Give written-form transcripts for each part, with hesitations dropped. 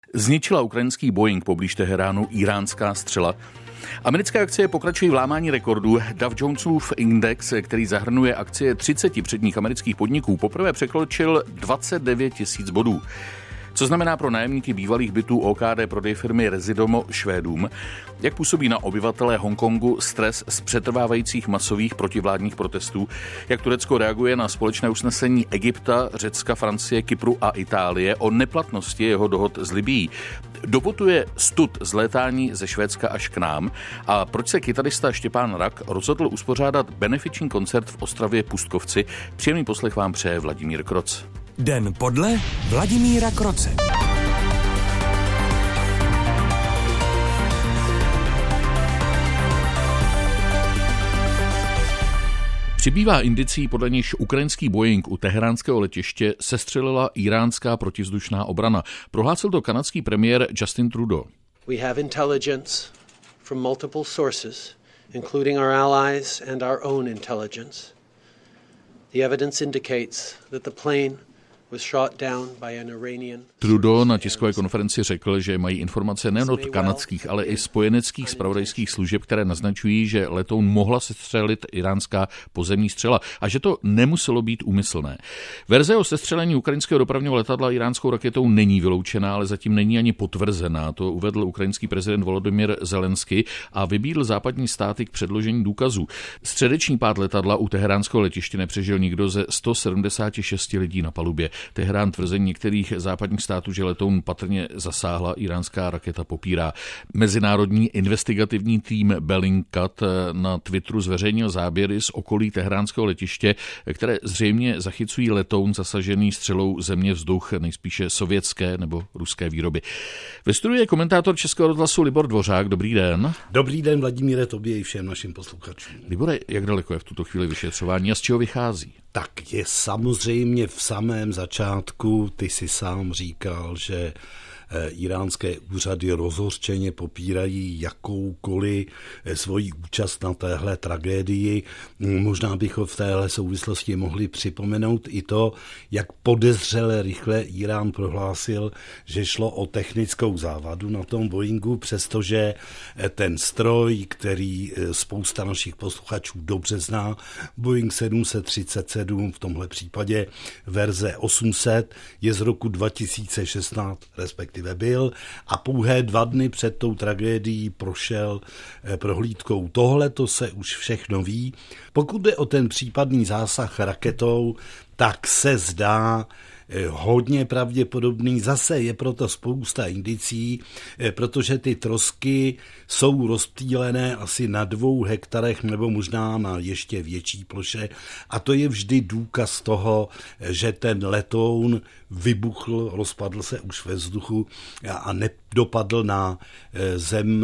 Zničila ukrajinský Boeing poblíž Teheránu iránská střela. Americké akcie pokračují v lámání rekordů. Dow Jonesův index, který zahrnuje akcie 30 předních amerických podniků, poprvé překročil 29 000 bodů. Co znamená pro nájemníky bývalých bytů OKD prodej firmy Residomo Švédům? Jak působí na obyvatele Hongkongu stres z přetrvávajících masových protivládních protestů? Jak Turecko reaguje na společné usnesení Egypta, Řecka, Francie, Kypru a Itálie o neplatnosti jeho dohod s Libyí? Doputuje stud z létání ze Švédska až k nám? A proč se kytarista Štěpán Rak rozhodl uspořádat benefiční koncert v Ostravě Pustkovci? Příjemný poslech vám přeje Vladimír Kroc. Den podle Vladimíra Kroce. Přibývá indicí, podle nichž ukrajinský Boeing u teheránského letiště sestřelila iránská protivzdušná obrana. Prohlásil to kanadský premiér Justin Trudeau. We have intelligence from multiple sources, including our allies and our own intelligence. The evidence indicates that the plane was shot down by an Iranian. Trudeau na tiskové konferenci řekl, že mají informace nejen od kanadských, ale i spojeneckých zpravodajských služeb, které naznačují, že letoun mohla sestřelit iránská pozemní střela a že to nemuselo být úmyslné. Verze o sestřelení ukrajinského dopravního letadla iránskou raketou není vyloučená, ale zatím není ani potvrzená. To uvedl ukrajinský prezident Volodymyr Zelenský a vybídl západní státy k předložení důkazů. Středeční pád letadla u teheránského letiště nepřežil nikdo ze 176 lidí na palubě. Teherán tvrzení některých západních států, že letoun patrně zasáhla iránská raketa, popírá. Mezinárodní investigativní tým Bellingcat na Twitteru zveřejnil záběry z okolí teheránského letiště, které zřejmě zachycují letoun zasažený střelou země vzduch, nejspíše sovětské nebo ruské výroby. Ve studiu je komentátor Českého rozhlasu Libor Dvořák. Dobrý den. Dobrý den, Vladimíre, tobě i všem našim posluchačům. Libore, jak daleko je v tuto chvíli vyšetřování a z čeho vychází? Tak je samozřejmě v samém začátku, ty si sám říkal, že iránské úřady rozhořčeně popírají jakoukoliv svoji účast na téhle tragédii. Možná bychom v téhle souvislosti mohli připomenout i to, jak podezřele rychle Irán prohlásil, že šlo o technickou závadu na tom Boeingu, přestože ten stroj, který spousta našich posluchačů dobře zná, Boeing 737, v tomhle případě verze 800, je z roku 2016, respektive byl, a pouhé 2 dny před tou tragédií prošel prohlídkou. Tohle to se už všechno ví. Pokud jde o ten případný zásah raketou, tak se zdá hodně pravděpodobný. Zase je proto spousta indicí, protože ty trosky jsou rozptýlené asi na 2 hektarech nebo možná na ještě větší ploše a to je vždy důkaz toho, že ten letoun vybuchl, rozpadl se už ve vzduchu a nedopadl na zem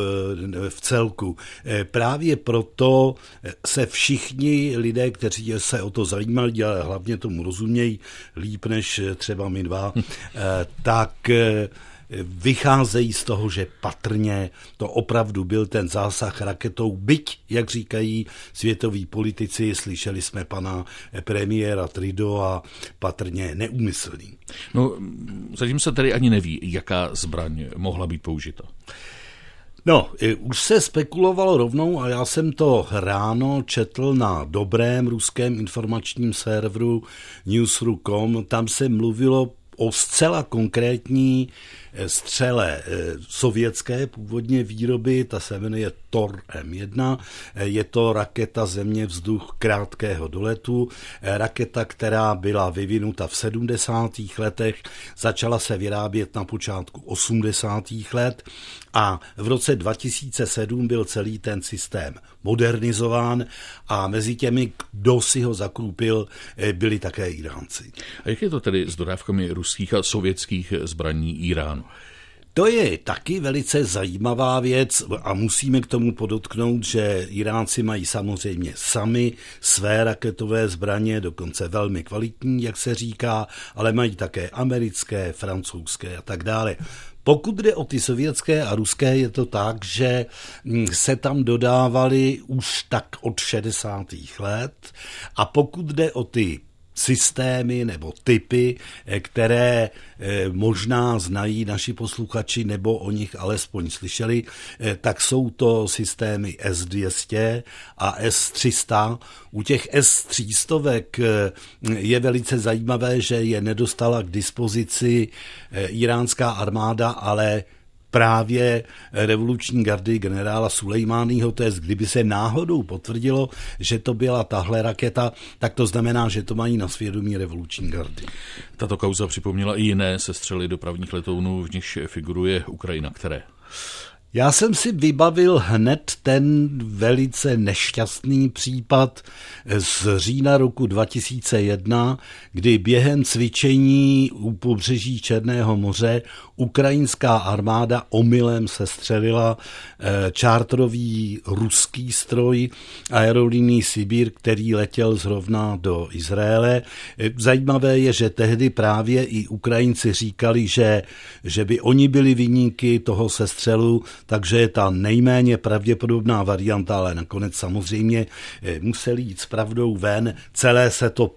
v celku. Právě proto se všichni lidé, kteří se o to zajímali, ale hlavně tomu rozumějí líp než třeba my dva, tak vycházejí z toho, že patrně to opravdu byl ten zásah raketou, byť, jak říkají světoví politici, slyšeli jsme pana premiéra Trudeau, patrně neúmyslný. No, zatím se tedy ani neví, jaká zbraň mohla být použita. No, už se spekulovalo rovnou a já jsem to ráno četl na dobrém ruském informačním serveru News.ru.com, tam se mluvilo o zcela konkrétní střele sovětské původně výroby, ta se jmenuje Tor M1, je to raketa země vzduch krátkého doletu, raketa, která byla vyvinuta v 70. letech, začala se vyrábět na počátku 80. let a v roce 2007 byl celý ten systém modernizován a mezi těmi, kdo si ho zakoupil, byli také Iránci. A jak je to tedy s dodávkami ruských a sovětských zbraní Iránu? To je taky velice zajímavá věc a musíme k tomu podotknout, že Iránci mají samozřejmě sami své raketové zbraně, dokonce velmi kvalitní, jak se říká, ale mají také americké, francouzské a tak dále. Pokud jde o ty sovětské a ruské, je to tak, že se tam dodávaly už tak od 60. let a pokud jde o ty systémy nebo typy, které možná znají naši posluchači nebo o nich alespoň slyšeli, tak jsou to systémy S-200 a S-300. U těch S-300 je velice zajímavé, že je nedostala k dispozici iránská armáda, ale právě revoluční gardy generála Sulejmáního, to je, kdyby se náhodou potvrdilo, že to byla tahle raketa, tak to znamená, že to mají na svědomí revoluční gardy. Tato kauza připomněla i jiné sestřely dopravních letounů, v nichž figuruje Ukrajina. Které? Já jsem si vybavil hned ten velice nešťastný případ z října roku 2001, kdy během cvičení u pobřeží Černého moře ukrajinská armáda omylem sestřelila čártrový ruský stroj Aerolíny Sibír, který letěl zrovna do Izraele. Zajímavé je, že tehdy právě i Ukrajinci říkali, že by oni byli viníky toho sestřelu, takže je ta nejméně pravděpodobná varianta, ale nakonec samozřejmě museli jít s pravdou ven. Celé se to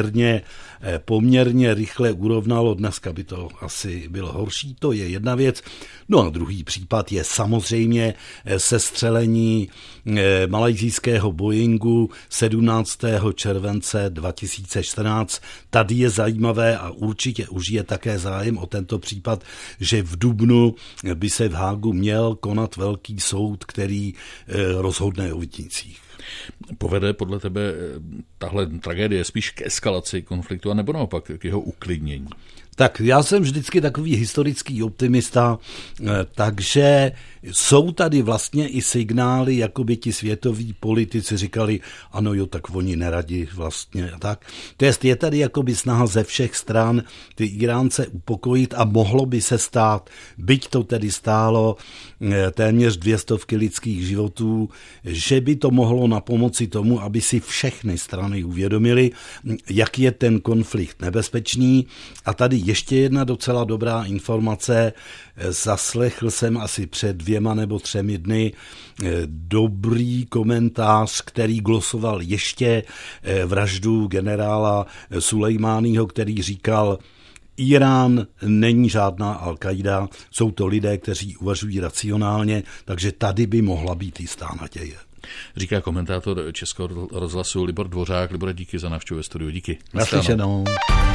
poměrně rychle urovnalo. Dneska by to asi bylo horší, to je jedna věc. No a druhý případ je samozřejmě sestřelení malajsijského Boeingu 17. července 2014. Tady je zajímavé a určitě už je také zájem o tento případ, že v dubnu by se v Hágu měl konat velký soud, který rozhodne o vinících. Povede podle tebe tahle tragédie spíš k eskalaci konfliktu, anebo naopak k jeho uklidnění? Tak já jsem vždycky takový historický optimista, takže jsou tady vlastně i signály, jako by ti světoví politici říkali, ano jo, tak oni neradi vlastně a tak. To je tady jakoby snaha ze všech stran ty Iránce upokojit a mohlo by se stát, byť to tedy stálo téměř 200 lidských životů, že by to mohlo napomoci tomu, aby si všechny strany uvědomili, jak je ten konflikt nebezpečný. A tady ještě jedna docela dobrá informace. Zaslechl jsem asi před 2 nebo 3 dny dobrý komentář, který glosoval ještě vraždu generála Sulejmáního, který říkal, Irán není žádná Al-Qaida, jsou to lidé, kteří uvažují racionálně, takže tady by mohla být jistá naděje. Říká komentátor Českého rozhlasu Libor Dvořák. Libore, díky za návštěvu ve studiu. Díky. Naslyšenou.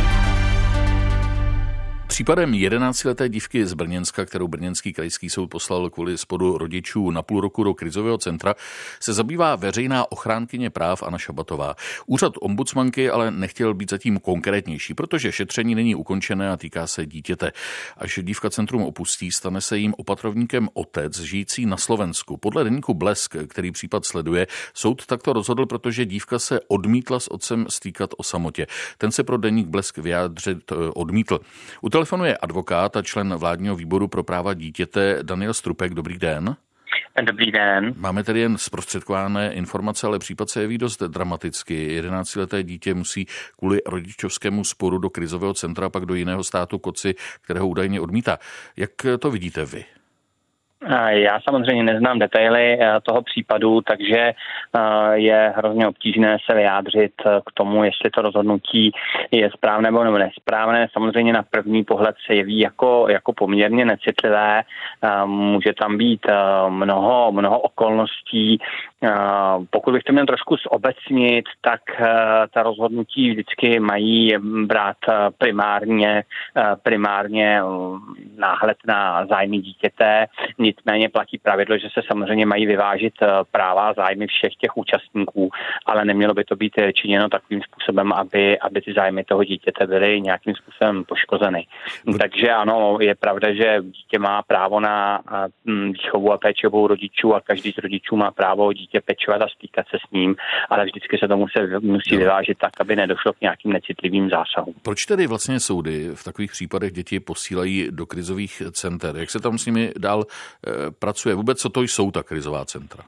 Případem 11leté dívky z Brněnska, kterou brněnský krajský soud poslal kvůli sporu rodičů na půl roku do krizového centra, se zabývá veřejná ochránkyně práv Anna Šabatová. Úřad ombudsmanky ale nechtěl být zatím konkrétnější, protože šetření není ukončené a týká se dítěte. Až dívka centrum opustí, stane se jím opatrovníkem otec žijící na Slovensku. Podle deníku Blesk, který případ sleduje, soud takto rozhodl, protože dívka se odmítla s otcem stýkat o samotě. Ten se pro deník Blesk vyjádřit odmítl. U telefonu je advokát a člen vládního výboru pro práva dítěte Daniel Strupek. Dobrý den. Dobrý den. Máme tedy jen zprostředkované informace, ale případ se jeví dost dramaticky. 11leté dítě musí kvůli rodičovskému sporu do krizového centra, pak do jiného státu Koci, kterého údajně odmítá. Jak to vidíte vy? Já samozřejmě neznám detaily toho případu, takže je hrozně obtížné se vyjádřit k tomu, jestli to rozhodnutí je správné nebo nesprávné. Samozřejmě na první pohled se jeví jako poměrně necitlivé. Může tam být mnoho okolností. Pokud bych to měl trošku zobecnit, tak ta rozhodnutí vždycky mají brát primárně náhled na zájmy dítěte. Nicméně platí pravidlo, že se samozřejmě mají vyvážit práva a zájmy všech těch účastníků, ale nemělo by to být činěno takovým způsobem, aby ty zájmy toho dítěte byly nějakým způsobem poškozeny. Takže ano, je pravda, že dítě má právo na výchovu a péči obou rodičů a každý z rodičů má právo o dítě pečovat a stýkat se s ním, ale vždycky se to musí vyvážit tak, aby nedošlo k nějakým necitlivým zásahům. Proč tedy vlastně soudy v takových případech děti posílají do krizových center? Jak se tam s nimi dál pracuje? Vůbec co to jsou ta krizová centra?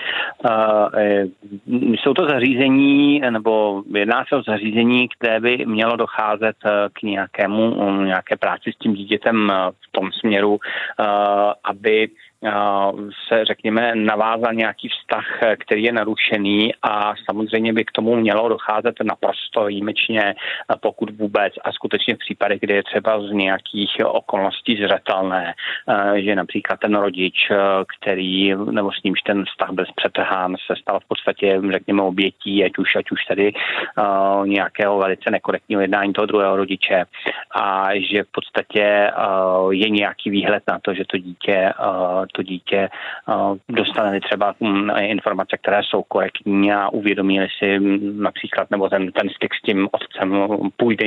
Jsou to zařízení, nebo jedná se o zařízení, které by mělo docházet k nějaké práci s tím dítětem v tom směru, aby se, řekněme, navázal nějaký vztah, který je narušený a samozřejmě by k tomu mělo docházet naprosto výjimečně, pokud vůbec a skutečně v případech, kdy je třeba z nějakých okolností zřetelné, že například ten rodič, který, nebo s nímž ten vztah byl přetrhán, se stal v podstatě, řekněme, obětí, ať už tady nějakého velice nekorektního jednání toho druhého rodiče a že v podstatě je nějaký výhled na to, že to dítě dostane třeba informace, které jsou korektní a uvědomí si například, nebo ten styk s tím otcem půjde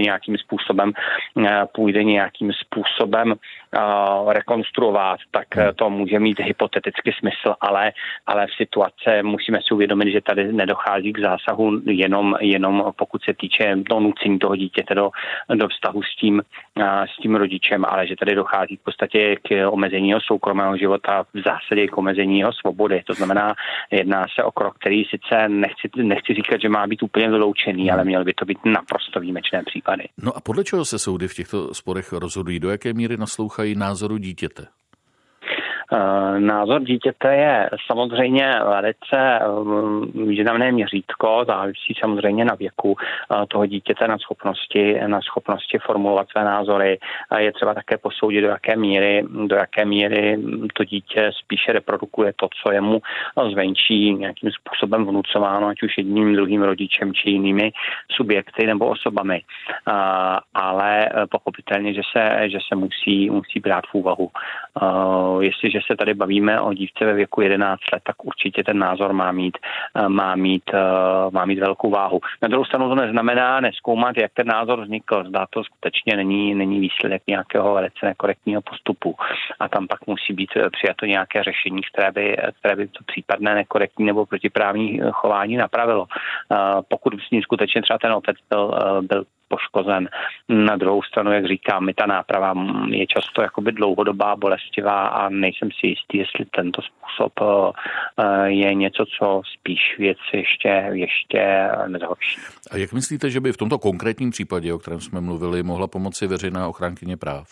nějakým způsobem rekonstruovat, tak to může mít hypoteticky smysl, ale v situace musíme si uvědomit, že tady nedochází k zásahu jenom pokud se týče nucení toho dítěte do vztahu s tím rodičem, ale že tady dochází v podstatě k omezení jeho soukromého života, v zásadě k omezení jeho svobody. To znamená, jedná se o krok, který sice nechci říkat, že má být úplně vyloučený, ale měl by to být naprosto výjimečné případy. No a podle čeho se soudy v těchto sporech rozhodují? Do jaké míry naslouchají názoru dítěte? Názor dítěte je samozřejmě velice významné měřítko, závisí samozřejmě na věku toho dítěte, na schopnosti formulovat své názory. Je třeba také posoudit, do jaké míry to dítě spíše reprodukuje to, co je mu zvenčí nějakým způsobem vnucováno, ať už jedním, druhým rodičem či jinými subjekty nebo osobami. Ale pochopitelně, že se musí brát v úvahu. Jestliže se tady bavíme o dívce ve věku 11 let, tak určitě ten názor má mít velkou váhu. Na druhou stranu to neznamená nezkoumat, jak ten názor vznikl. Zdá to skutečně není výsledek nějakého velice nekorektního postupu. A tam pak musí být přijato nějaké řešení, které by to případné nekorektní nebo protiprávní chování napravilo. Pokud s ním skutečně třeba ten otec byl poškozen. Na druhou stranu, jak říkám, ta náprava je často jakoby dlouhodobá, bolestivá a nejsem si jistý, jestli tento způsob je něco, co spíš věc ještě nezhorší. A jak myslíte, že by v tomto konkrétním případě, o kterém jsme mluvili, mohla pomoci veřejná ochránkyně práv?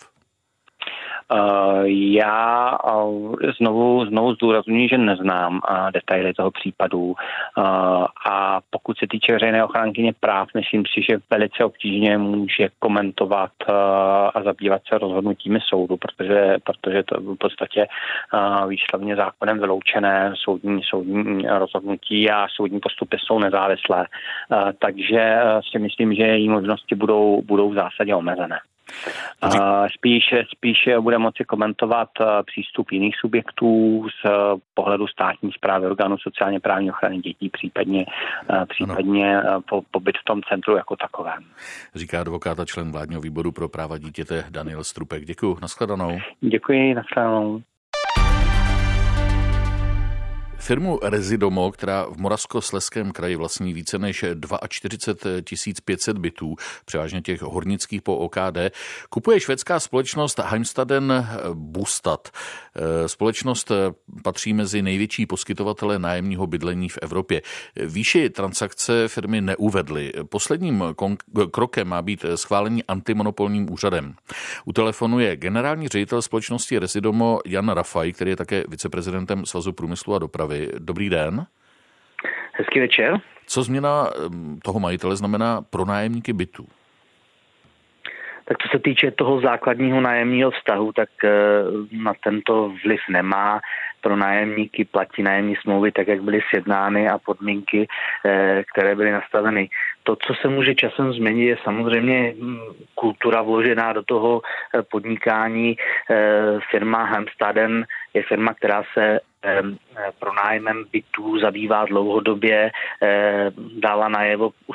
Já znovu zdůrazňuji, že neznám detaily toho případu a pokud se týče veřejné ochránkyně práv, myslím si, že velice obtížně může komentovat a zabývat se rozhodnutími soudu, protože to v podstatě výslovně zákonem vyloučené soudní rozhodnutí a soudní postupy jsou nezávislé. Takže si myslím, že její možnosti budou v zásadě omezené. Spíše bude moci komentovat přístup jiných subjektů z pohledu státní správy, orgánů sociálně právní ochrany dětí, případně pobyt v tom centru jako takovém. Říká advokát a člen vládního výboru pro práva dítěte Daniel Strupek. Děkuji, nashledanou. Děkuji, nashledanou. Firmu Rezidomo, která v Moravskoslezském kraji vlastní více než 42 500 bytů, převážně těch hornických po OKD, kupuje švédská společnost Heimstaden Bostad. Společnost patří mezi největší poskytovatele nájemního bydlení v Evropě. Výši transakce firmy neuvedly. Posledním krokem má být schválení antimonopolním úřadem. U telefonu je generální ředitel společnosti Rezidomo Jan Rafaj, který je také viceprezidentem Svazu průmyslu a dopravy. Dobrý den. Hezký večer. Co změna toho majitele znamená pro nájemníky bytů? Tak co se týče toho základního nájemního vztahu, tak na tento vliv nemá. Pro nájemníky platí nájemní smlouvy tak, jak byly sjednány a podmínky, které byly nastaveny. To, co se může časem změnit, je samozřejmě kultura vložená do toho podnikání. Firma Heimstaden je firma, která se pronájmem bytů zabývá dlouhodobě, dala najevo už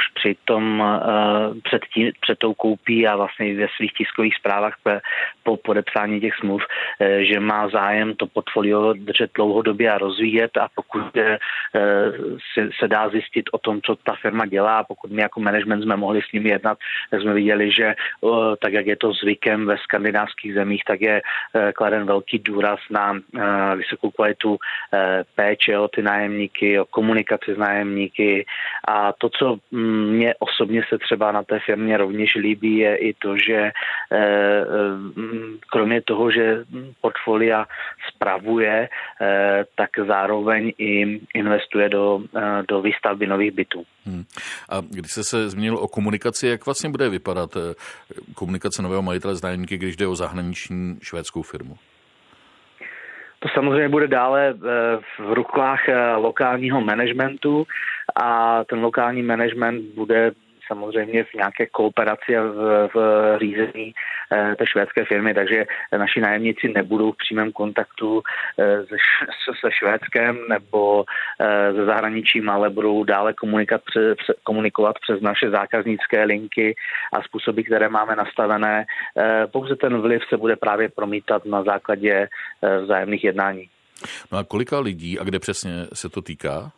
před tou koupí a vlastně ve svých tiskových zprávách po podepsání těch smluv, že má zájem to portfolio držet dlouhodobě a rozvíjet a pokud se dá zjistit o tom, co ta firma dělá, pokud my jako management jsme mohli s nimi jednat, tak jsme viděli, že tak, jak je to zvykem ve skandinávských zemích, tak je kladen velký důraz na vysokou kvalitu péče o ty nájemníky, o komunikaci s nájemníky a to, co mě osobně se třeba na té firmě rovněž líbí, je i to, že kromě toho, že portfolia spravuje, tak zároveň i investuje do výstavby nových bytů. A když jste se zmínil o komunikaci, jak vlastně bude vypadat komunikace nového majitele s nájemníky, když jde o zahraniční švédskou firmu? To samozřejmě bude dále v rukách lokálního managementu a ten lokální management bude samozřejmě v nějaké kooperaci a v řízení té švédské firmy, takže naši nájemníci nebudou v přímém kontaktu se Švédskem nebo se zahraničím, ale budou dále komunikovat přes naše zákaznické linky a způsoby, které máme nastavené. Pouze ten vliv se bude právě promítat na základě vzájemných jednání. No a kolika lidí a kde přesně se to týká?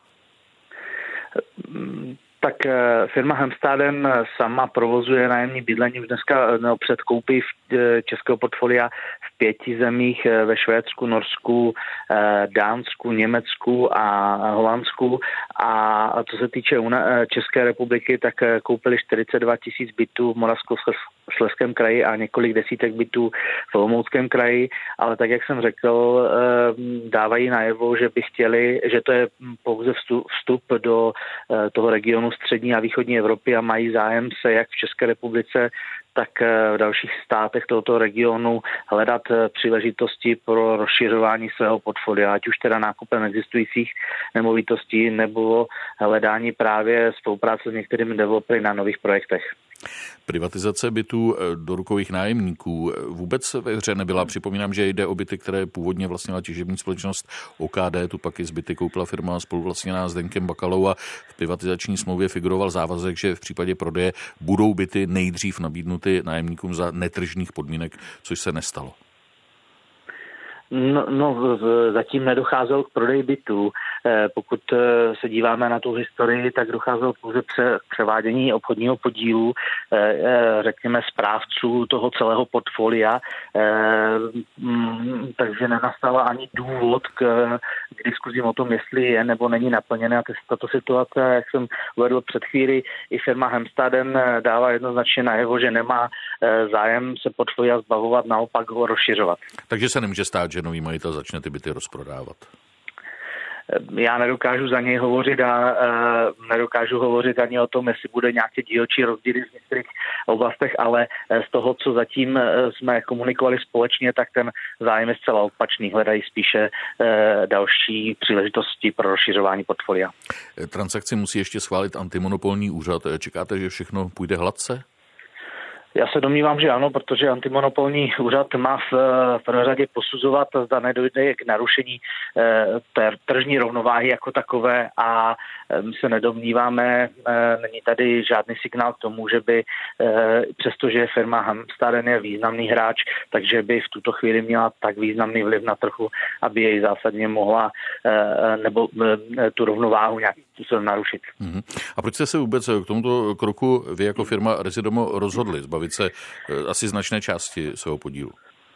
Tak firma Heimstaden sama provozuje nájemní bydlení už dneska před koupí českého portfolia v 5 zemích, ve Švédsku, Norsku, Dánsku, Německu a Holandsku. A co se týče České republiky, tak koupili 42 000 bytů v Moravskoslezském kraji a několik desítek bytů v Olomouckém kraji, ale tak, jak jsem řekl, dávají najevo, že by chtěli, že to je pouze vstup do toho regionu střední a východní Evropy a mají zájem se jak v České republice, tak v dalších státech tohoto regionu hledat příležitosti pro rozšiřování svého portfolia, ať už teda nákupem existujících nemovitostí nebo hledání právě spolupráce s některými developery na nových projektech. Privatizace bytů do rukou jejich nájemníků vůbec ve hře nebyla. Připomínám, že jde o byty, které původně vlastnila těžební společnost OKD, tu pak i zbyty koupila firma spoluvlastněná Zdeňkem Bakalou a v privatizační smlouvě figuroval závazek, že v případě prodeje budou byty nejdřív nabídnuty nájemníkům za netržních podmínek, což se nestalo. No, zatím nedocházelo k prodeji bytů. Pokud se díváme na tu historii, tak docházelo pouze převádění obchodního podílu, řekněme, správců toho celého portfolia, takže nenastala ani důvod k diskuzím o tom, jestli je nebo není naplněna tato situace. Jak jsem uvedl před chvíli, i firma Heimstaden dává jednoznačně najevo, že nemá zájem se portfolia zbavovat, naopak ho rozšiřovat. Takže se nemůže stát, že nový majitel začne ty byty rozprodávat? Já nedokážu za něj hovořit a nedokážu hovořit ani o tom, jestli bude nějaké dílčí rozdíly v některých oblastech, ale z toho, co zatím jsme komunikovali společně, tak ten zájem je zcela opačný. Hledají spíše další příležitosti pro rozšiřování portfolia. Transakci musí ještě schválit antimonopolní úřad. Čekáte, že všechno půjde hladce? Já se domnívám, že ano, protože antimonopolní úřad má v prvé řadě posuzovat, zda nedojde k narušení tržní rovnováhy jako takové a my se nedomníváme, není tady žádný signál k tomu, že by, přestože firma Heimstaden je významný hráč, takže by v tuto chvíli měla tak významný vliv na trhu, aby jej zásadně mohla nebo tu rovnováhu nějakým způsobem narušit. A proč jste se vůbec k tomuto kroku vy jako firma Residomo rozhodli zbavit se asi značné části svého podílu?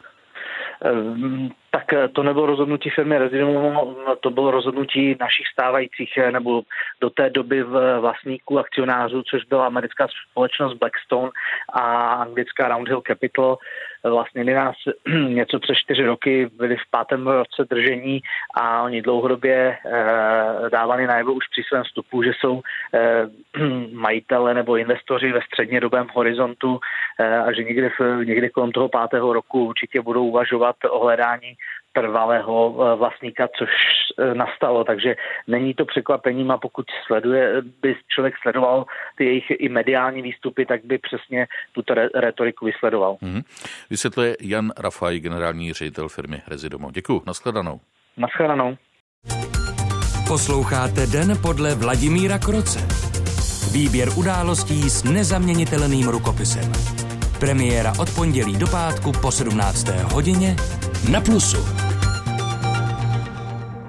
Tak to nebylo rozhodnutí firmy Residomo, to bylo rozhodnutí našich stávajících nebo do té doby vlastníků akcionářů, což byla americká společnost Blackstone a anglická Roundhill Capital. Vlastnili nás něco přes 4 roky, byli v 5. roce držení a oni dlouhodobě dávali najevo už při svém vstupu, že jsou majitele nebo investoři ve střednědobém horizontu a že někdy kolem toho 5. roku určitě budou uvažovat o hledání trvalého vlastníka, což nastalo, takže není to překvapením a pokud by člověk sledoval ty jejich i mediální výstupy, tak by přesně tuto retoriku vysledoval. Vysvětluje Jan Rafaj, generální ředitel firmy Residomo. Děkuju, nashledanou. Nashledanou. Posloucháte Den podle Vladimíra Kroce. Výběr událostí s nezaměnitelným rukopisem. Premiéra od pondělí do pátku po 17. hodině na Plusu.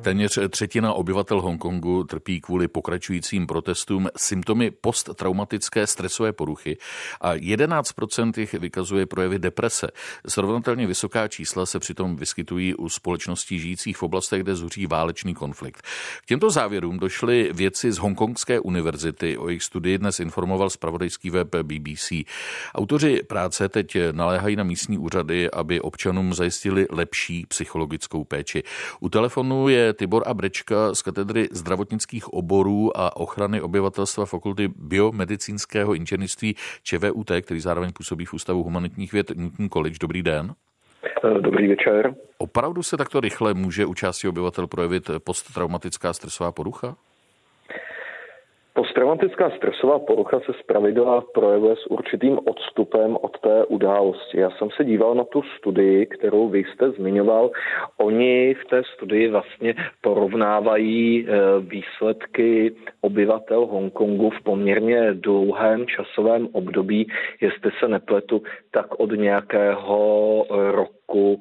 Téměř třetina obyvatel Hongkongu trpí kvůli pokračujícím protestům symptomy posttraumatické stresové poruchy a 11% jich vykazuje projevy deprese. Srovnatelně vysoká čísla se přitom vyskytují u společností žijících v oblastech, kde zuří válečný konflikt. K těmto závěrům došli vědci z Hongkongské univerzity. O jejich studii dnes informoval zpravodajský web BBC. Autoři práce teď naléhají na místní úřady, aby občanům zajistili lepší psychologickou péči. U telefonu je Tibor Abrečka z katedry zdravotnických oborů a ochrany obyvatelstva Fakulty biomedicínského inženýrství ČVUT, který zároveň působí v Ústavu humanitních věd Newton College. Dobrý den. Dobrý večer. Opravdu se takto rychle může u části obyvatel projevit posttraumatická stresová porucha? Posttraumatická stresová porucha se zpravidla projevuje s určitým odstupem od té události. Já jsem se díval na tu studii, kterou vy jste zmiňoval. Oni v té studii vlastně porovnávají výsledky obyvatel Hongkongu v poměrně dlouhém časovém období, jestli se nepletu, tak od nějakého roku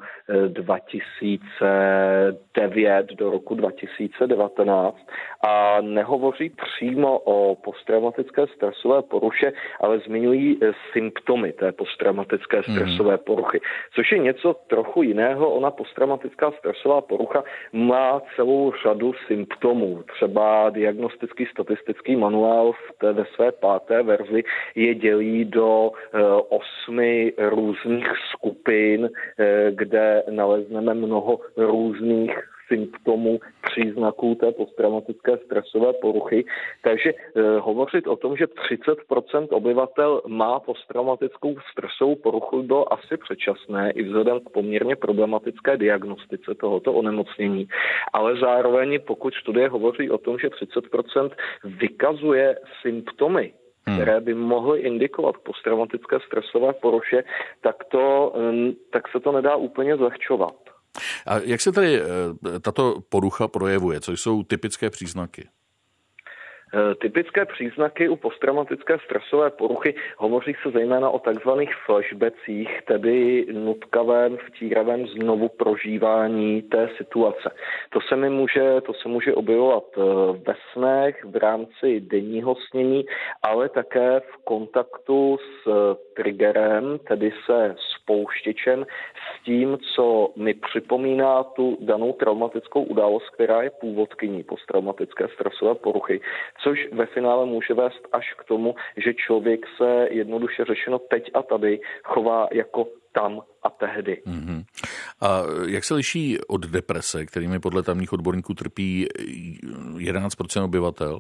2009 do roku 2019 a nehovoří přímo o posttraumatické stresové poruše, ale zmiňují symptomy té posttraumatické stresové poruchy, což je něco trochu jiného. Ona posttraumatická stresová porucha má celou řadu symptomů. Třeba diagnostický statistický manuál ve své 5. verzi je dělí do 8 různých skupin, kde nalezneme mnoho různých symptomů, příznaků té posttraumatické stresové poruchy. Takže hovořit o tom, že 30% obyvatel má posttraumatickou stresovou poruchu, bylo asi předčasné i vzhledem k poměrně problematické diagnostice tohoto onemocnění. Ale zároveň, pokud studie hovoří o tom, že 30% vykazuje symptomy, které by mohly indikovat posttraumatické stresové poruše, tak se to nedá úplně zlehčovat. A jak se tedy tato porucha projevuje? Co jsou typické příznaky? Typické příznaky u posttraumatické stresové poruchy hovoří se zejména o takzvaných flashbackích, tedy nutkavém, vtíravém znovu prožívání té situace. To se může objevovat ve snech, v rámci denního snění, ale také v kontaktu s triggerem, tedy se spouštěčem, s tím, co mi připomíná tu danou traumatickou událost, která je původkyní posttraumatické stresové poruchy, což ve finále může vést až k tomu, že člověk se jednoduše řečeno teď a tady chová jako tam a tehdy. Mm-hmm. A jak se liší od deprese, kterými podle tamních odborníků trpí 11% obyvatel?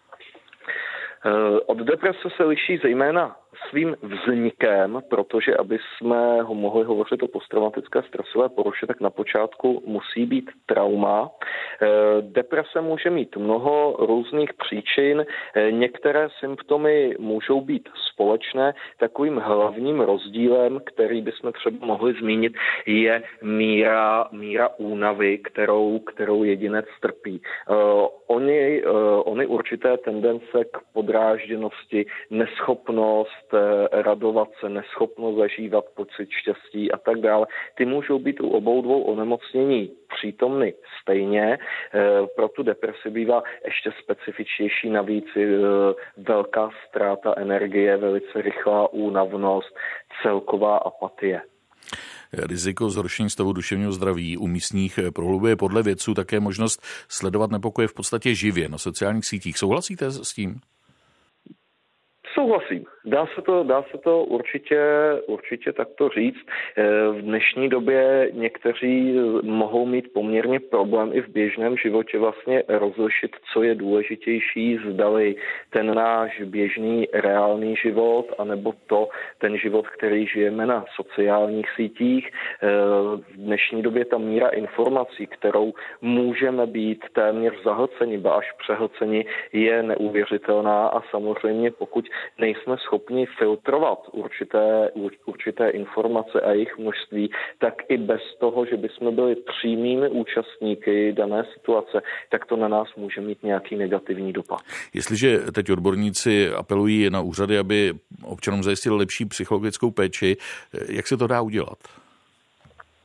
Od deprese se liší zejména svým vznikem, protože aby jsme ho mohli hovořit o posttraumatické stresové poruše, tak na počátku musí být trauma. Deprese může mít mnoho různých příčin, některé symptomy můžou být společné. Takovým hlavním rozdílem, který bychom třeba mohli zmínit, je míra únavy, kterou jedinec trpí. Ony určité tendence k podrážděnosti, neschopnost radovat se, neschopnost zažívat pocit štěstí a tak dále. Ty můžou být u obou dvou onemocnění přítomny stejně. Pro tu depresi bývá ještě specifičtější navíc velká ztráta energie, velice rychlá únavnost, celková apatie. Riziko zhoršení stavu duševního zdraví u místních prohlubuje podle vědců také možnost sledovat nepokoje v podstatě živě na sociálních sítích. Souhlasíte s tím? Souhlasím. Dá se to určitě takto říct. V dnešní době někteří mohou mít poměrně problém i v běžném životě vlastně rozlišit, co je důležitější, zdali ten náš běžný reálný život, anebo ten život, který žijeme na sociálních sítích. V dnešní době ta míra informací, kterou můžeme být téměř zahlceni, ba až přehlceni, je neuvěřitelná a samozřejmě pokud nejsme schopni filtrovat určité informace a jejich množství, tak i bez toho, že bychom byli přímými účastníky dané situace, tak to na nás může mít nějaký negativní dopad. Jestliže teď odborníci apelují na úřady, aby občanům zajistili lepší psychologickou péči, jak se to dá udělat?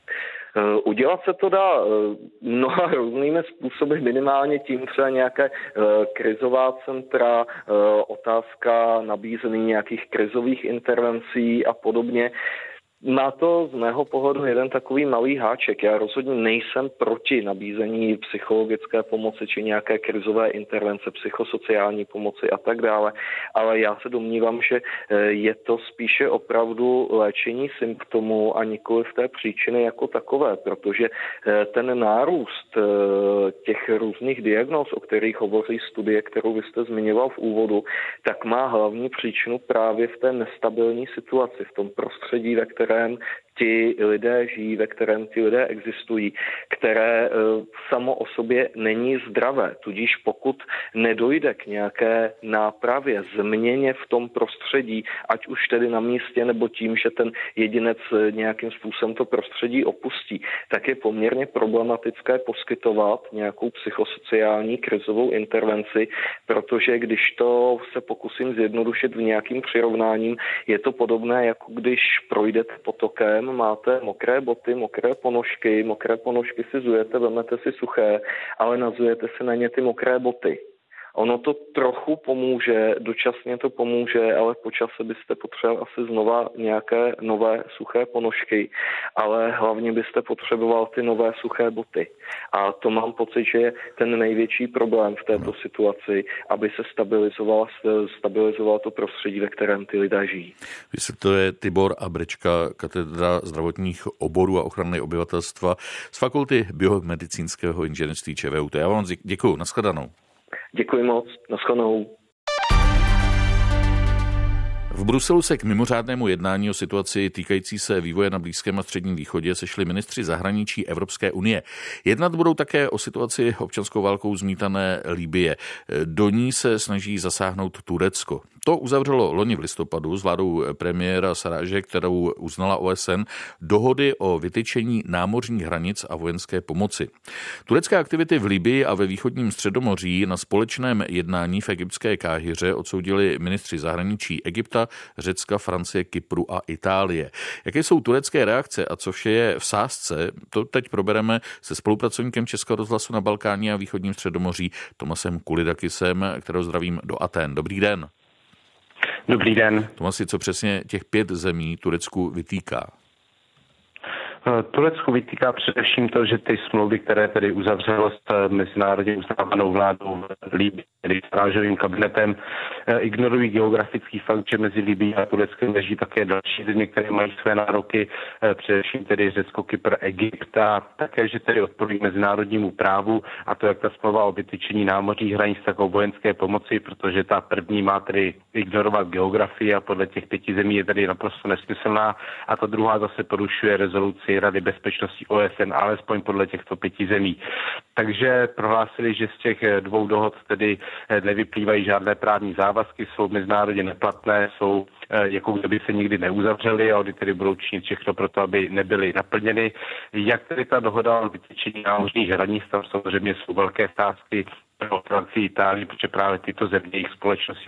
Udělat se to dá mnoha různými způsoby, minimálně tím třeba nějaké krizová centra, otázka nabízení nějakých krizových intervencí a podobně. Má to z mého pohledu jeden takový malý háček. Já rozhodně nejsem proti nabízení psychologické pomoci či nějaké krizové intervence, psychosociální pomoci a tak dále, ale já se domnívám, že je to spíše opravdu léčení symptomů a nikoli v té příčiny jako takové, protože ten nárůst těch různých diagnóz, o kterých hovoří studie, kterou vy jste zmiňoval v úvodu, tak má hlavní příčinu právě v té nestabilní situaci, v tom prostředí, ve kterém ti lidé žijí, ve kterém ti lidé existují, které samo o sobě není zdravé. Tudíž pokud nedojde k nějaké nápravě, změně v tom prostředí, ať už tedy na místě nebo tím, že ten jedinec nějakým způsobem to prostředí opustí, tak je poměrně problematické poskytovat nějakou psychosociální krizovou intervenci, protože když to se pokusím zjednodušit v nějakým přirovnáním, je to podobné, jako když projdete potokem, máte mokré boty, mokré ponožky si zujete, vemete si suché, ale nazujete si na ně ty mokré boty. Ono to trochu pomůže, dočasně to pomůže, ale po čase byste potřeboval asi znova nějaké nové suché ponožky, ale hlavně byste potřeboval ty nové suché boty. A to mám pocit, že je ten největší problém v této situaci, aby se stabilizovalo to prostředí, ve kterém ty lidé žijí. Vysvětluje Tibor Abrečka, katedra zdravotních oborů a ochrany obyvatelstva z Fakulty biomedicínského inženýrství ČVUT. Já vám děkuju, nashledanou. Děkuji moc, nashledanou. V Bruselu se k mimořádnému jednání o situaci týkající se vývoje na Blízkém a Středním východě sešli ministři zahraničí Evropské unie. Jednat budou také o situaci občanskou válkou zmítané Libye. Do ní se snaží zasáhnout Turecko. To uzavřelo loni v listopadu s vládou premiéra Saráže, kterou uznala OSN, dohody o vytyčení námořních hranic a vojenské pomoci. Turecké aktivity v Libyi a ve východním Středomoří na společném jednání v egyptské Káhiře odsoudili ministři zahraničí Egypta, Řecka, Francie, Kypru a Itálie. Jaké jsou turecké reakce a co vše je v sázce, to teď probereme se spolupracovníkem Českého rozhlasu na Balkáně a východním Středomoří Tomasem Kulidakisem, kterého zdravím do Athén. Dobrý den. Dobrý den. Tomasi, co přesně těch 5 zemí Turecku vytýká? Turecku vytýká především to, že ty smlouvy, které tedy uzavřelo s mezinárodně uznávanou vládou Libye, tedy Sarážovým kabinetem, ignorují geografický fakt, že mezi Libyí a Tureckem leží také další země, které mají své nároky, především tedy Řecko, Kypr, Egypt, a také, že tedy odporují mezinárodnímu právu, a to jak ta smlouva o vytyčení námořních hranic, tak o vojenské pomoci, protože ta první má tedy ignorovat geografii a podle těch 5 zemí je tedy naprosto nesmyslná, a ta druhá zase porušuje rezoluci Rady bezpečnosti OSN, alespoň podle těchto 5 zemí. Takže prohlásili, že z těch 2 dohod tedy nevyplývají žádné právní závazky, jsou mezinárodně neplatné, jsou jako kdyby se nikdy neuzavřely a oni tedy budou činit všechno pro to, aby nebyly naplněny. Jak tedy ta dohoda o vytyčení námořních hranic, tam samozřejmě jsou velké stávky pro Francii, Itálii, protože právě tyto země, jejich společnosti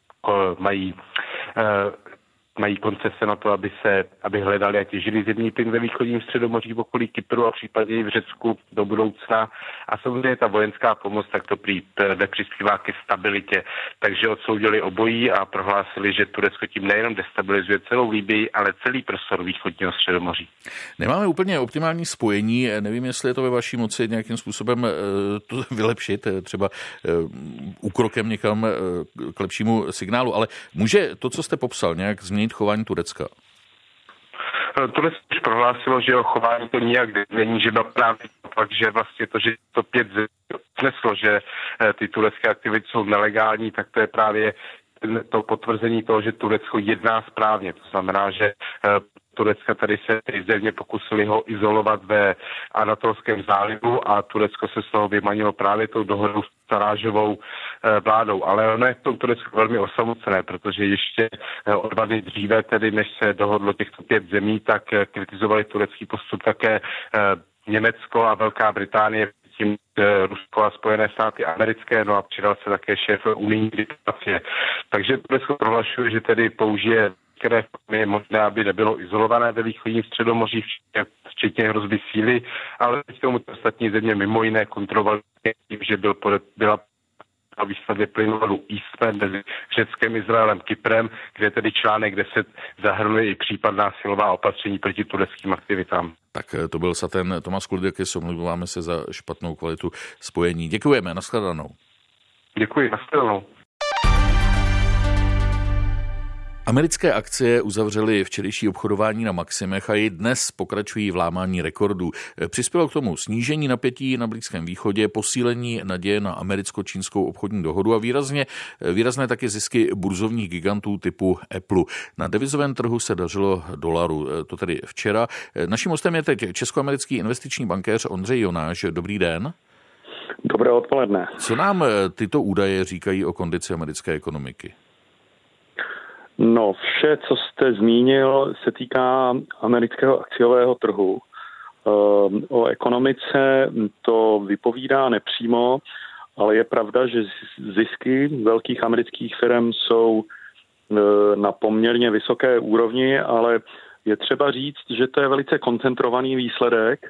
mají koncese na to, aby hledali a těžili zemní plyn ve východním Středomoří v okolí Kypru a případně i v Řecku do budoucna. A samozřejmě ta vojenská pomoc tak to nepřispívá ke stabilitě. Takže odsoudili obojí a prohlásili, že Turecko tím nejenom destabilizuje celou Libyi, ale celý prostor východního Středomoří. Nemáme úplně optimální spojení. Nevím, jestli je to ve vaší moci nějakým způsobem to vylepšit, třeba úkrokem někam k lepšímu signálu, ale může to, co jste popsal, nějak změnit chování Turecka? Turecko už prohlásilo, že jeho chování to nijak není, že právě fakt, že vlastně to, že to 5 zemí neslo, že ty turecké aktivity jsou nelegální, tak to je právě to potvrzení toho, že Turecko jedná správně. To znamená, že Turecka tady se ty země pokusili ho izolovat ve Anatolském zálivu a Turecko se z toho vymanilo právě tou dohodou s Sarážovou vládou. Ale ono je v tom Turecku velmi osamocené, protože ještě o 2 dny dříve, tedy než se dohodlo těchto 5 zemí, tak kritizovali turecký postup také Německo a Velká Británie, tím Rusko a Spojené státy americké, no a přidal se také šéf unijní diplomacie. Takže Turecko prohlašuje, že tedy použije které je možné, aby nebylo izolované ve východním Středomoří, včetně hrozby síly, ale k tomu ostatní země mimo jiné kontrolovaly tím, že byla na výstavbě plynovodu EastMed mezi Řeckem, Izraelem, Kyprem, kde tedy článek 10 zahrnuje i případná silová opatření proti tureckým aktivitám. Tak to byl Saten Tomáš Kulidekis, omlouváme se za špatnou kvalitu spojení. Děkujeme, nashledanou. Děkuji, nashledanou. Americké akcie uzavřely včerejší obchodování na maximech a i dnes pokračují v lámání rekordů. Přispělo k tomu snížení napětí na Blízkém východě, posílení naděje na americko-čínskou obchodní dohodu a výrazné taky zisky burzovních gigantů typu Apple. Na devizovém trhu se dařilo dolaru, to tedy včera. Naším hostem je teď českoamerický investiční bankéř Ondřej Jonáš. Dobrý den. Dobré odpoledne. Co nám tyto údaje říkají o kondici americké ekonomiky? No, vše, co jste zmínil, se týká amerického akciového trhu. O ekonomice to vypovídá nepřímo, ale je pravda, že zisky velkých amerických firm jsou na poměrně vysoké úrovni, ale je třeba říct, že to je velice koncentrovaný výsledek.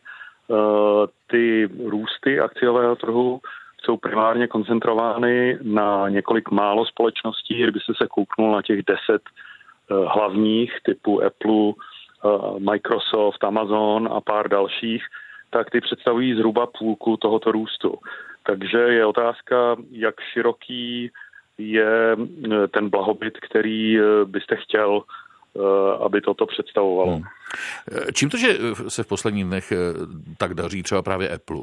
Ty růsty akciového trhu jsou primárně koncentrovány na několik málo společností. Kdyby se kouknul na těch 10 hlavních typu Apple, Microsoft, Amazon a pár dalších, tak ty představují zhruba půlku tohoto růstu. Takže je otázka, jak široký je ten blahobyt, který byste chtěl, aby toto představovalo. Čím to, že se v posledních dnech tak daří třeba právě Apple?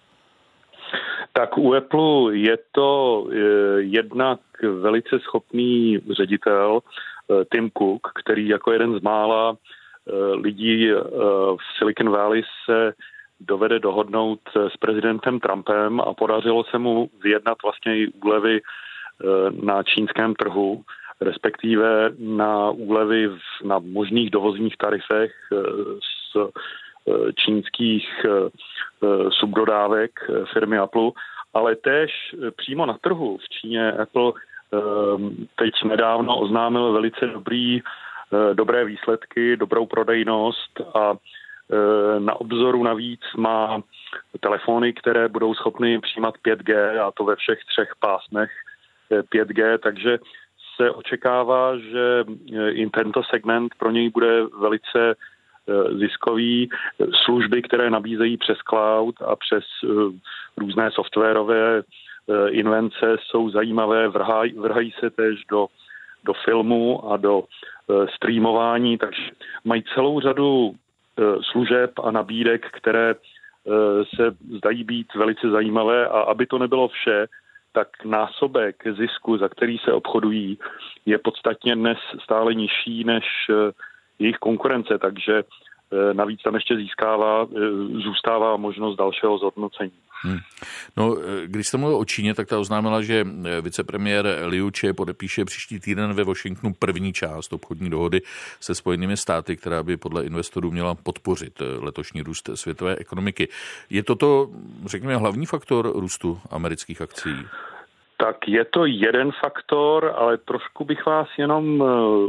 Tak u Apple je to jednak velice schopný ředitel Tim Cook, který jako jeden z mála lidí v Silicon Valley se dovede dohodnout s prezidentem Trumpem a podařilo se mu vyjednat vlastně i úlevy na čínském trhu, respektive na úlevy na možných dovozních tarifech z čínských subdodávek firmy Apple, ale též přímo na trhu v Číně Apple teď nedávno oznámil velice dobré výsledky, dobrou prodejnost a na obzoru navíc má telefony, které budou schopny přijímat 5G, a to ve všech 3 pásmech 5G, takže se očekává, že i tento segment pro něj bude velice ziskový. Služby, které nabízejí přes cloud a přes různé softwarové invence, jsou zajímavé, vrhají se též do filmu a do streamování, takže mají celou řadu služeb a nabídek, které se zdají být velice zajímavé, a aby to nebylo vše, tak násobek zisku, za který se obchodují, je podstatně dnes stále nižší než jejich konkurence, takže navíc tam ještě zůstává možnost dalšího zhodnocení. No, když jste mluvil o Číně, tak ta oznámila, že vicepremiér Liu Che podepíše příští týden ve Washingtonu první část obchodní dohody se Spojenými státy, která by podle investorů měla podpořit letošní růst světové ekonomiky. Je toto, řekněme, hlavní faktor růstu amerických akcií? Tak je to jeden faktor, ale trošku bych vás jenom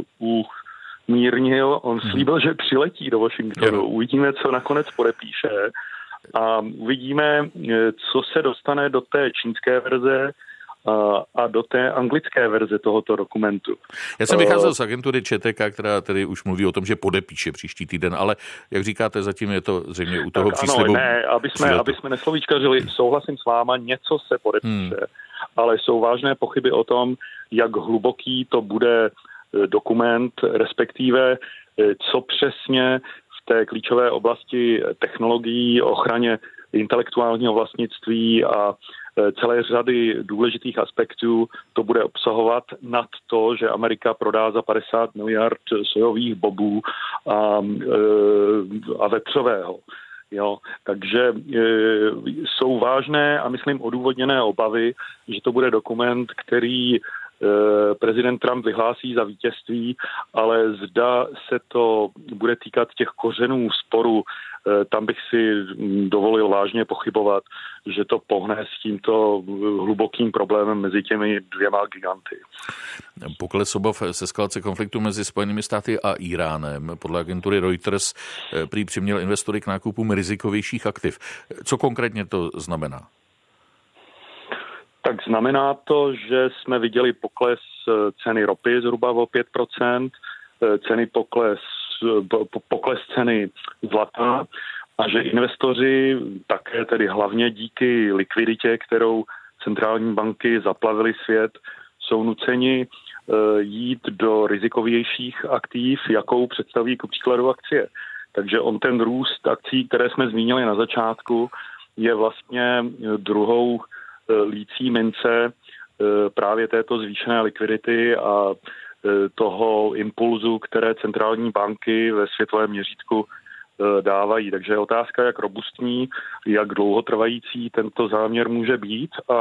umírnil. On slíbil, že přiletí do Washingtonu. Uvidíme, co nakonec podepíše. A uvidíme, co se dostane do té čínské verze a do té anglické verze tohoto dokumentu. Já jsem vycházel z agentury ČTK, která tedy už mluví o tom, že podepíše příští týden, ale jak říkáte, zatím je to zřejmě u toho příslibu. Ano, ne, aby jsme neslovíčkařili, souhlasím s váma, něco se podepíše, ale jsou vážné pochyby o tom, jak hluboký to bude dokument, respektive co přesně v té klíčové oblasti technologií, ochraně intelektuálního vlastnictví a celé řady důležitých aspektů to bude obsahovat nad to, že Amerika prodá za 50 miliard sojových bobů a vepřového. Jo, takže jsou vážné a myslím odůvodněné obavy, že to bude dokument, který prezident Trump vyhlásí za vítězství, ale zda se to bude týkat těch kořenů sporu tam bych si dovolil vážně pochybovat, že to pohne s tímto hlubokým problémem mezi těmi dvěma giganty. Pokles obav z eskalace konfliktu mezi Spojenými státy a Iránem podle agentury Reuters prý přiměl investory k nákupům rizikovějších aktiv. Co konkrétně to znamená? Tak znamená to, že jsme viděli pokles ceny ropy zhruba o 5%, pokles ceny zlata a že investoři také tedy hlavně díky likviditě, kterou centrální banky zaplavily svět, jsou nuceni jít do rizikovějších aktiv, jakou představí jako příkladu akcie. Takže ten růst akcí, které jsme zmínili na začátku, je vlastně druhou lící mince právě této zvýšené likvidity a toho impulzu, které centrální banky ve světovém měřítku dávají. Takže je otázka, jak robustní, jak dlouhotrvající tento záměr může být a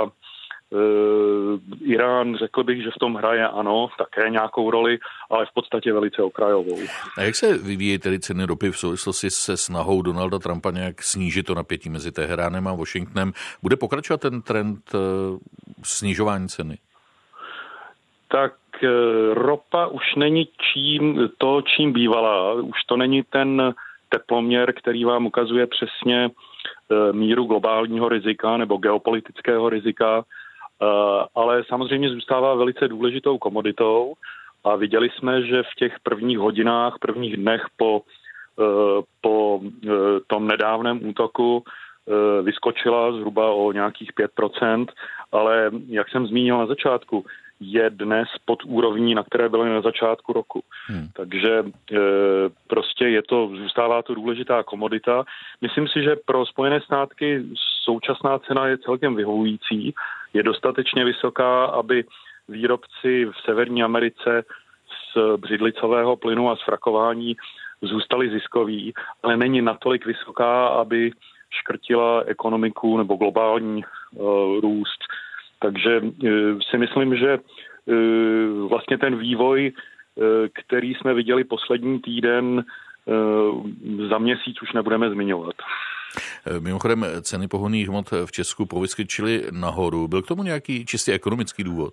Irán, řekl bych, že v tom hraje ano, také nějakou roli, ale v podstatě velice okrajovou. A jak se vyvíjí tedy ceny ropy v souvislosti se snahou Donalda Trumpa nějak snížit to napětí mezi Teheránem a Washingtonem? Bude pokračovat ten trend snižování ceny? Tak ropa už není čím bývala. Už to není ten teploměr, který vám ukazuje přesně míru globálního rizika nebo geopolitického rizika, ale samozřejmě zůstává velice důležitou komoditou a viděli jsme, že v těch prvních hodinách, prvních dnech po tom nedávném útoku vyskočila zhruba o nějakých 5%, ale jak jsem zmínil na začátku, je dnes pod úrovní, na které byly na začátku roku. Takže prostě zůstává to důležitá komodita. Myslím si, že pro Spojené státy současná cena je celkem vyhovující. Je dostatečně vysoká, aby výrobci v Severní Americe z břidlicového plynu a z frakování zůstali ziskoví, ale není natolik vysoká, aby škrtila ekonomiku nebo globální růst. Takže si myslím, že vlastně ten vývoj, který jsme viděli poslední týden, za měsíc už nebudeme zmiňovat. Mimochodem, ceny pohonných hmot v Česku povyskočily nahoru. Byl k tomu nějaký čistě ekonomický důvod?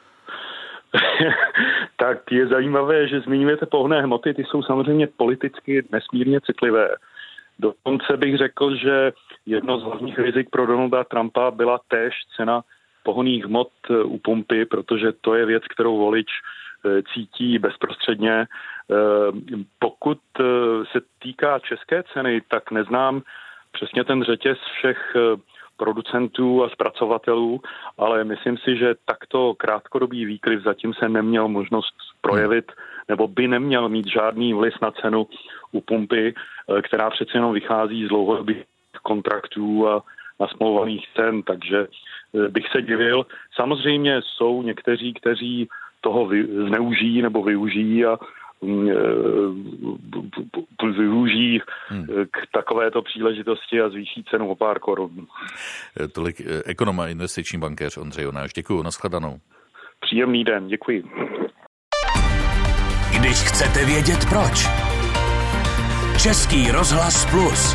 Tak je zajímavé, že zmiňujete pohonné hmoty, ty jsou samozřejmě politicky nesmírně citlivé. Dokonce bych řekl, že jedno z hlavních rizik pro Donalda Trumpa byla též cena pohonných hmot u pumpy, protože to je věc, kterou volič cítí bezprostředně. Pokud se týká české ceny, tak neznám přesně ten řetěz všech producentů a zpracovatelů, ale myslím si, že takto krátkodobý výkyv zatím se neměl možnost projevit, nebo by neměl mít žádný vliv na cenu u pumpy, která přece jenom vychází z dlouhodobých kontraktů a nasmlouvaných cen, takže bych se divil. Samozřejmě jsou někteří, kteří toho zneužijí nebo využijí a využijí k takovéto příležitosti a zvýší cenu o pár korun. Tolik ekonom a investiční bankéř Ondřej Jonáš. Děkuju, nashledanou. Příjemný den, děkuji. Když chcete vědět proč. Český rozhlas Plus.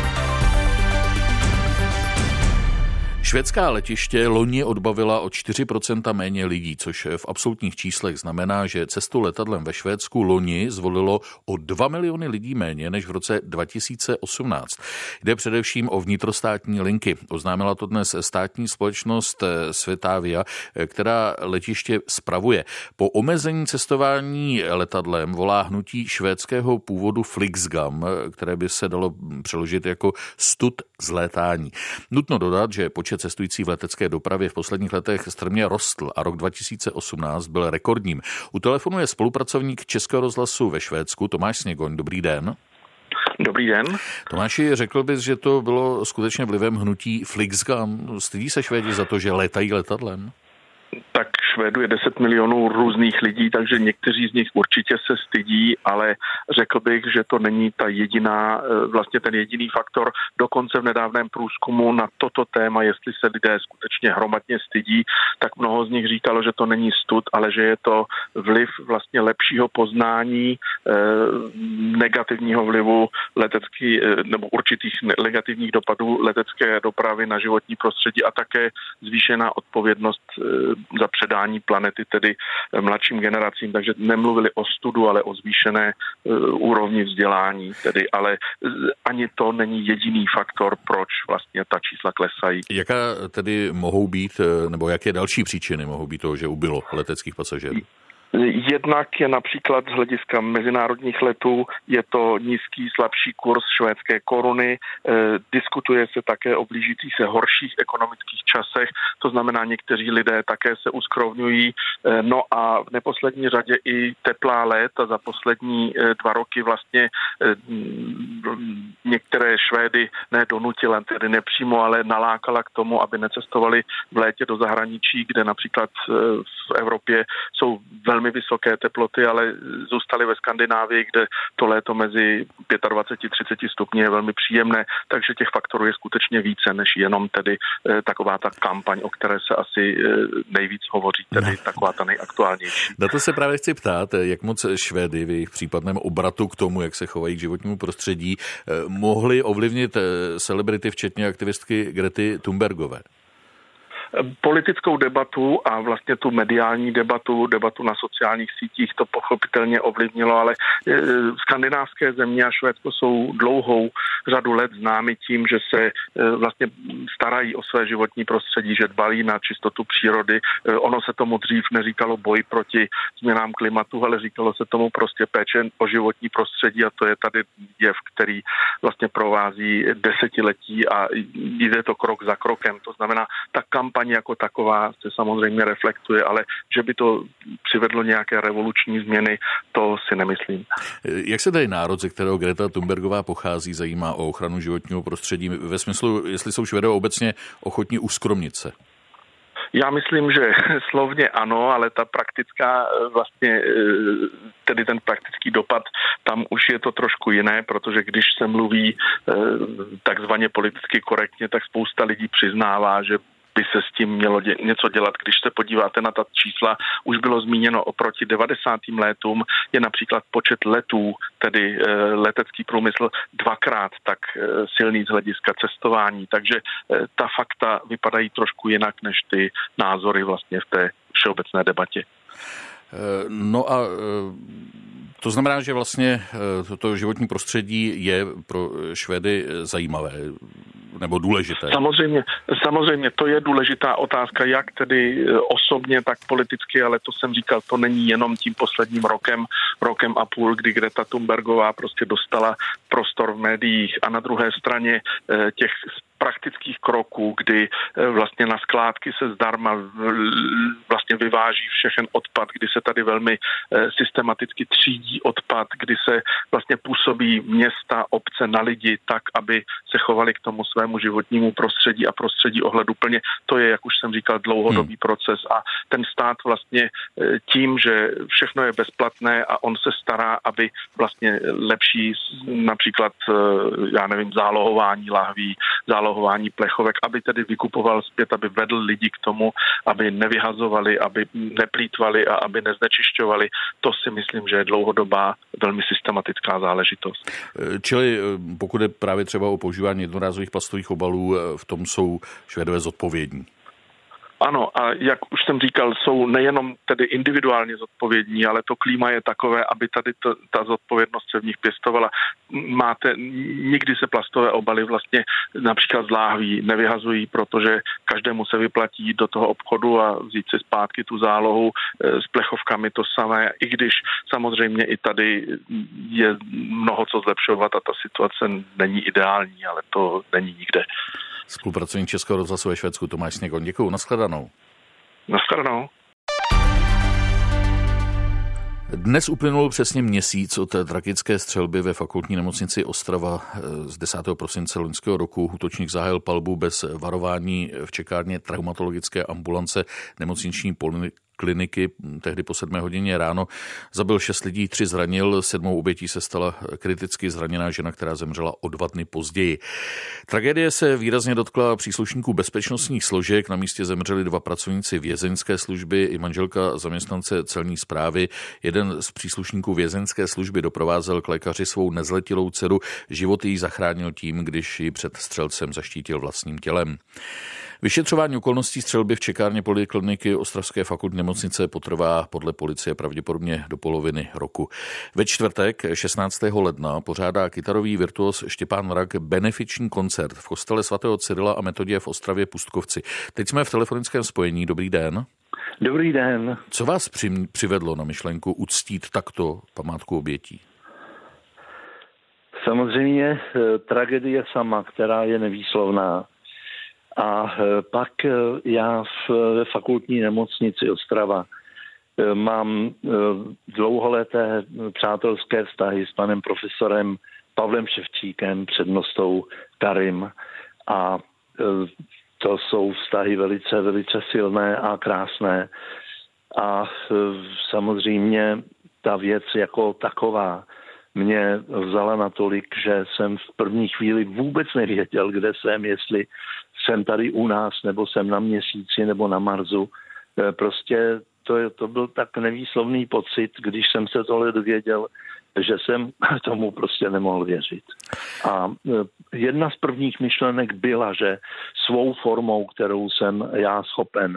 Švédská letiště loni odbavila o 4% méně lidí, což v absolutních číslech znamená, že cestu letadlem ve Švédsku loni zvolilo o 2 miliony lidí méně než v roce 2018. Jde především o vnitrostátní linky. Oznámila to dnes státní společnost Swedavia, která letiště spravuje. Po omezení cestování letadlem volá hnutí švédského původu Flixgam, které by se dalo přeložit jako stud z létání. Nutno dodat, že počet cestující v letecké dopravě v posledních letech strmě rostl a rok 2018 byl rekordním. U telefonu je spolupracovník Českého rozhlasu ve Švédsku Tomáš Sněgoň. Dobrý den. Dobrý den. Tomáši, řekl bys, že to bylo skutečně vlivem hnutí Flixgam? Stydí se Švédi za to, že létají letadlem? Tak Švédů je 10 milionů různých lidí, takže někteří z nich určitě se stydí, ale řekl bych, že to není ta jediná, vlastně ten jediný faktor. Dokonce v nedávném průzkumu na toto téma, jestli se lidé skutečně hromadně stydí, tak mnoho z nich říkalo, že to není stud, ale že je to vliv vlastně lepšího poznání negativního vlivu letecký nebo určitých negativních dopadů letecké dopravy na životní prostředí a také zvýšená odpovědnost za předání planety, tedy mladším generacím. Takže nemluvili o studu, ale o zvýšené úrovni vzdělání. Tedy, ale ani to není jediný faktor, proč vlastně ta čísla klesají. Jaká tedy mohou být, nebo jaké další příčiny mohou být toho, že ubylo leteckých pasažérů? Jednak je například z hlediska mezinárodních letů, je to nízký, slabší kurz švédské koruny, diskutuje se také o blížících se horších ekonomických časech, to znamená někteří lidé také se uskrovňují, no a v neposlední řadě i teplá léta za poslední 2 roky vlastně některé Švédy nedonutila, tedy nepřímo, ale nalákala k tomu, aby necestovali v létě do zahraničí, kde například v Evropě jsou velmi vysoké teploty, ale zůstali ve Skandinávii, kde to léto mezi 25-30 stupni je velmi příjemné, takže těch faktorů je skutečně více, než jenom tedy taková ta kampaň, o které se asi nejvíc hovoří, tedy taková ta nejaktuálnější. Na to se právě chci ptát, jak moc Švédy v jejich případném obratu k tomu, jak se chovají k životnímu prostředí, mohly ovlivnit celebrity, včetně aktivistky Grety Thunbergové. Politickou debatu a vlastně tu mediální debatu na sociálních sítích to pochopitelně ovlivnilo, ale skandinávské země a Švédsko jsou dlouhou řadu let známy tím, že se vlastně starají o své životní prostředí, že dbají na čistotu přírody. Ono se tomu dřív neříkalo boj proti změnám klimatu, ale říkalo se tomu prostě péče o životní prostředí a to je tady jev, který vlastně provází desetiletí a jde to krok za krokem. To znamená, ta kampaň jako taková se samozřejmě reflektuje, ale že by to přivedlo nějaké revoluční změny, to si nemyslím. Jak se tady národ, ze kterého Greta Thunbergová pochází, zajímá o ochranu životního prostředí? Ve smyslu, jestli jsou Švédové obecně ochotní uskromnit se? Já myslím, že slovně ano, ale ta praktická vlastně, tedy ten praktický dopad, tam už je to trošku jiné, protože když se mluví takzvaně politicky korektně, tak spousta lidí přiznává, že by se s tím mělo něco dělat. Když se podíváte na ta čísla, už bylo zmíněno oproti 90. letům, je například počet letů, tedy letecký průmysl 2x tak silný z hlediska cestování. Takže ta fakta vypadají trošku jinak než ty názory vlastně v té všeobecné debatě. No a to znamená, že vlastně toto životní prostředí je pro Švédy zajímavé nebo důležité? Samozřejmě, to je důležitá otázka, jak tedy osobně, tak politicky, ale to jsem říkal, to není jenom tím posledním rokem a půl, kdy Greta Thunbergová prostě dostala prostor v médiích a na druhé straně těch praktických kroků, kdy vlastně na skládky se zdarma vlastně vyváží všechen odpad, kdy se tady velmi systematicky třídí odpad, kdy se vlastně působí města, obce na lidi tak, aby se chovali k tomu svému životnímu prostředí a prostředí ohleduplně. To je, jak už jsem říkal, dlouhodobý proces a ten stát vlastně tím, že všechno je bezplatné a on se stará, aby vlastně lepší například, zálohování lahví, zálohování plechovek, aby tedy vykupoval zpět, aby vedl lidi k tomu, aby nevyhazovali, aby neplýtvali a aby neznečišťovali. To si myslím, že je dlouhodobá, velmi systematická záležitost. Čili pokud je právě třeba o používání jednorázových plastových obalů, v tom jsou Švédové zodpovědní. Ano, a jak už jsem říkal, jsou nejenom tedy individuálně zodpovědní, ale to klíma je takové, aby tady ta zodpovědnost se v nich pěstovala. Nikdy se plastové obaly vlastně například z láhví nevyhazují, protože každému se vyplatí do toho obchodu a vzít si zpátky tu zálohu, s plechovkami to samé, i když samozřejmě i tady je mnoho co zlepšovat a ta situace není ideální, ale to není nikde. Spolupracovník Českého rozhlasu ve Švédsku Tomáš Sněgon. Děkuju, nashledanou. Nashledanou. Dnes uplynul přesně měsíc od tragické střelby ve fakultní nemocnici Ostrava z 10. prosince loňského roku. Útočník zahájil palbu bez varování v čekárně traumatologické ambulance nemocniční kliniky, tehdy po 7 hodině ráno. Zabil 6 lidí, 3 zranil, 7. obětí se stala kriticky zraněná žena, která zemřela o 2 dny později. Tragédie se výrazně dotkla příslušníků bezpečnostních složek. Na místě zemřeli 2 pracovníci vězeňské služby i manželka zaměstnance celní správy. Jeden z příslušníků vězeňské služby doprovázel k lékaři svou nezletilou dceru. Život jí zachránil tím, když ji před střelcem zaštítil vlastním tělem. Vyšetřování okolností střelby v čekárně polikliniky Ostravské fakultní nemocnice potrvá podle policie pravděpodobně do poloviny roku. Ve čtvrtek 16. ledna pořádá kytarový virtuos Štěpán Rak benefiční koncert v kostele svatého Cyrila a Metoděje v Ostravě Pustkovci. Teď jsme v telefonickém spojení. Dobrý den. Dobrý den. Co vás přivedlo na myšlenku uctít takto památku obětí? Samozřejmě tragédie sama, která je nevýslovná. A pak já ve fakultní nemocnici Ostrava mám dlouholeté přátelské vztahy s panem profesorem Pavlem Ševčíkem, přednostou Karim. A to jsou vztahy velice, velice silné a krásné. A samozřejmě ta věc jako taková mě vzala natolik, že jsem v první chvíli vůbec nevěděl, kde jsem, jestli jsem tady u nás, nebo jsem na Měsíci, nebo na Marsu. Prostě to byl tak nevýslovný pocit, když jsem se tohle dověděl, že jsem tomu prostě nemohl věřit. A jedna z prvních myšlenek byla, že svou formou, kterou jsem já schopen,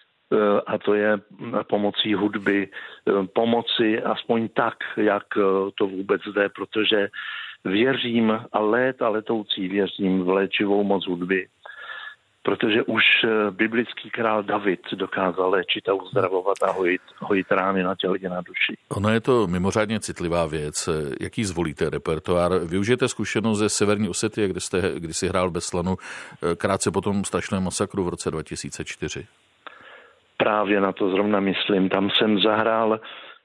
a to je pomocí hudby, pomoci aspoň tak, jak to vůbec jde, protože věřím a letoucí věřím v léčivou moc hudby, protože už biblický král David dokázal léčit a uzdravovat a hojit rány na těle i na duši. Ono je to mimořádně citlivá věc. Jaký zvolíte repertoár? Využijete zkušenost ze Severní Osetie, kde jste kdysi hrál v Beslanu, krátce po tom strašném masakru v roce 2004? Právě na to zrovna myslím. Tam jsem zahrál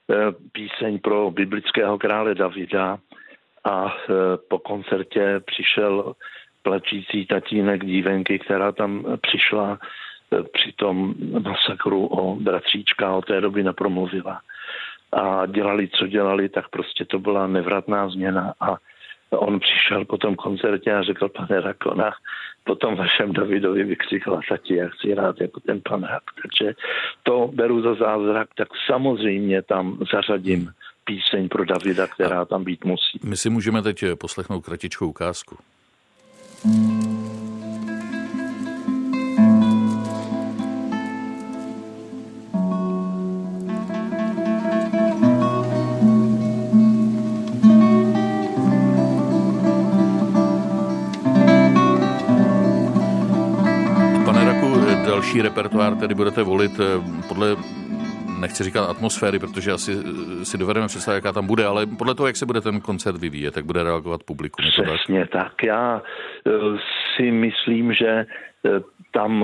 píseň pro biblického krále Davida a po koncertě přišel plačící tatínek dívenky, která tam přišla při tom masakru o bratříčka, o té doby nepromluvila. A dělali, co dělali, tak prostě to byla nevratná změna. A on přišel po tom koncertě a řekl: pane Rakona, po tom vašem Davidovi vykřikla: tati, já chci hrát jako ten pan Rak. Takže to beru za zázrak, tak samozřejmě tam zařadím píseň pro Davida, která tam být musí. My si můžeme teď poslechnout kratičkou ukázku. Další repertoár tedy budete volit podle, nechci říkat atmosféry, protože asi si dovedeme představit, jaká tam bude, ale podle toho, jak se bude ten koncert vyvíjet, jak bude reagovat publikum. Přesně tak. Já si myslím, že tam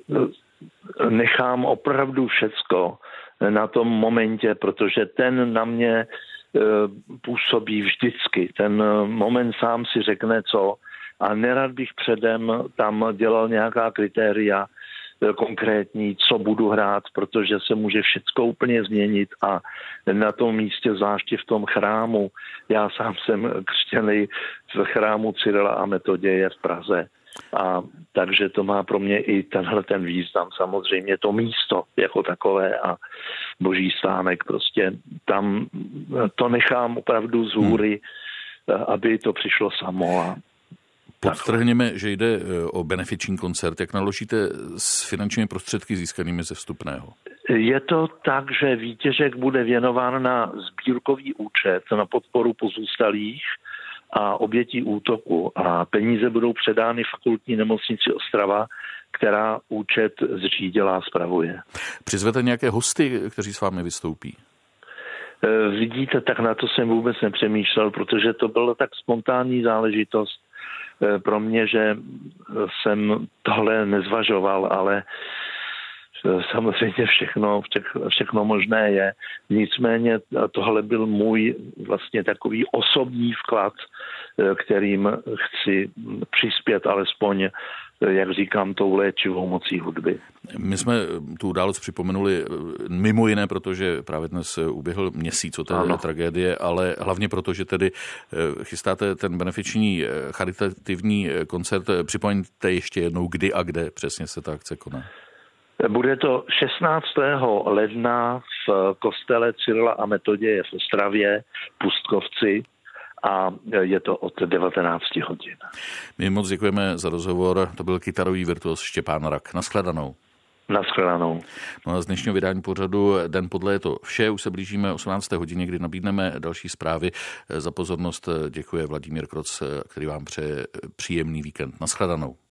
nechám opravdu všecko na tom momentě, protože ten na mě působí vždycky. Ten moment sám si řekne co a nerad bych předem tam dělal nějaká kritéria konkrétní, co budu hrát, protože se může všecko úplně změnit a na tom místě, zvláště v tom chrámu, já sám jsem křtěný v chrámu Cyrila a Metoděje v Praze. A takže to má pro mě i tenhle ten význam, samozřejmě to místo jako takové a boží stánek, prostě tam to nechám opravdu z hůry, aby to přišlo samo. A podtrhněme, že jde o benefiční koncert. Jak naložíte s finančními prostředky získanými ze vstupného? Je to tak, že výtěžek bude věnován na sbírkový účet na podporu pozůstalých a obětí útoku a peníze budou předány fakultní nemocnici Ostrava, která účet zřídila a spravuje. Přizvete nějaké hosty, kteří s vámi vystoupí? Vidíte, tak na to jsem vůbec nepřemýšlel, protože to byla tak spontánní záležitost pro mě, že jsem tohle nezvažoval, ale samozřejmě všechno možné je. Nicméně tohle byl můj vlastně takový osobní vklad, kterým chci přispět alespoň jak říkám, tou léčivou mocí hudby. My jsme tu událost připomenuli mimo jiné, protože právě dnes uběhl měsíc od té tragédie, ale hlavně proto, že tedy chystáte ten benefiční charitativní koncert. Připomeňte ještě jednou, kdy a kde přesně se ta akce koná. Bude to 16. ledna v kostele Cyrila a Metoděje v Ostravě, Pustkovci, a je to od 19 hodin. My moc děkujeme za rozhovor. To byl kytarový virtuos Štěpán Rak. Naschledanou. Naschledanou. No a z dnešního vydání pořadu Den podle je to vše. Už se blížíme 18. hodině, kdy nabídneme další zprávy. Za pozornost děkuje Vladimír Kroc, který vám přeje příjemný víkend. Naschledanou.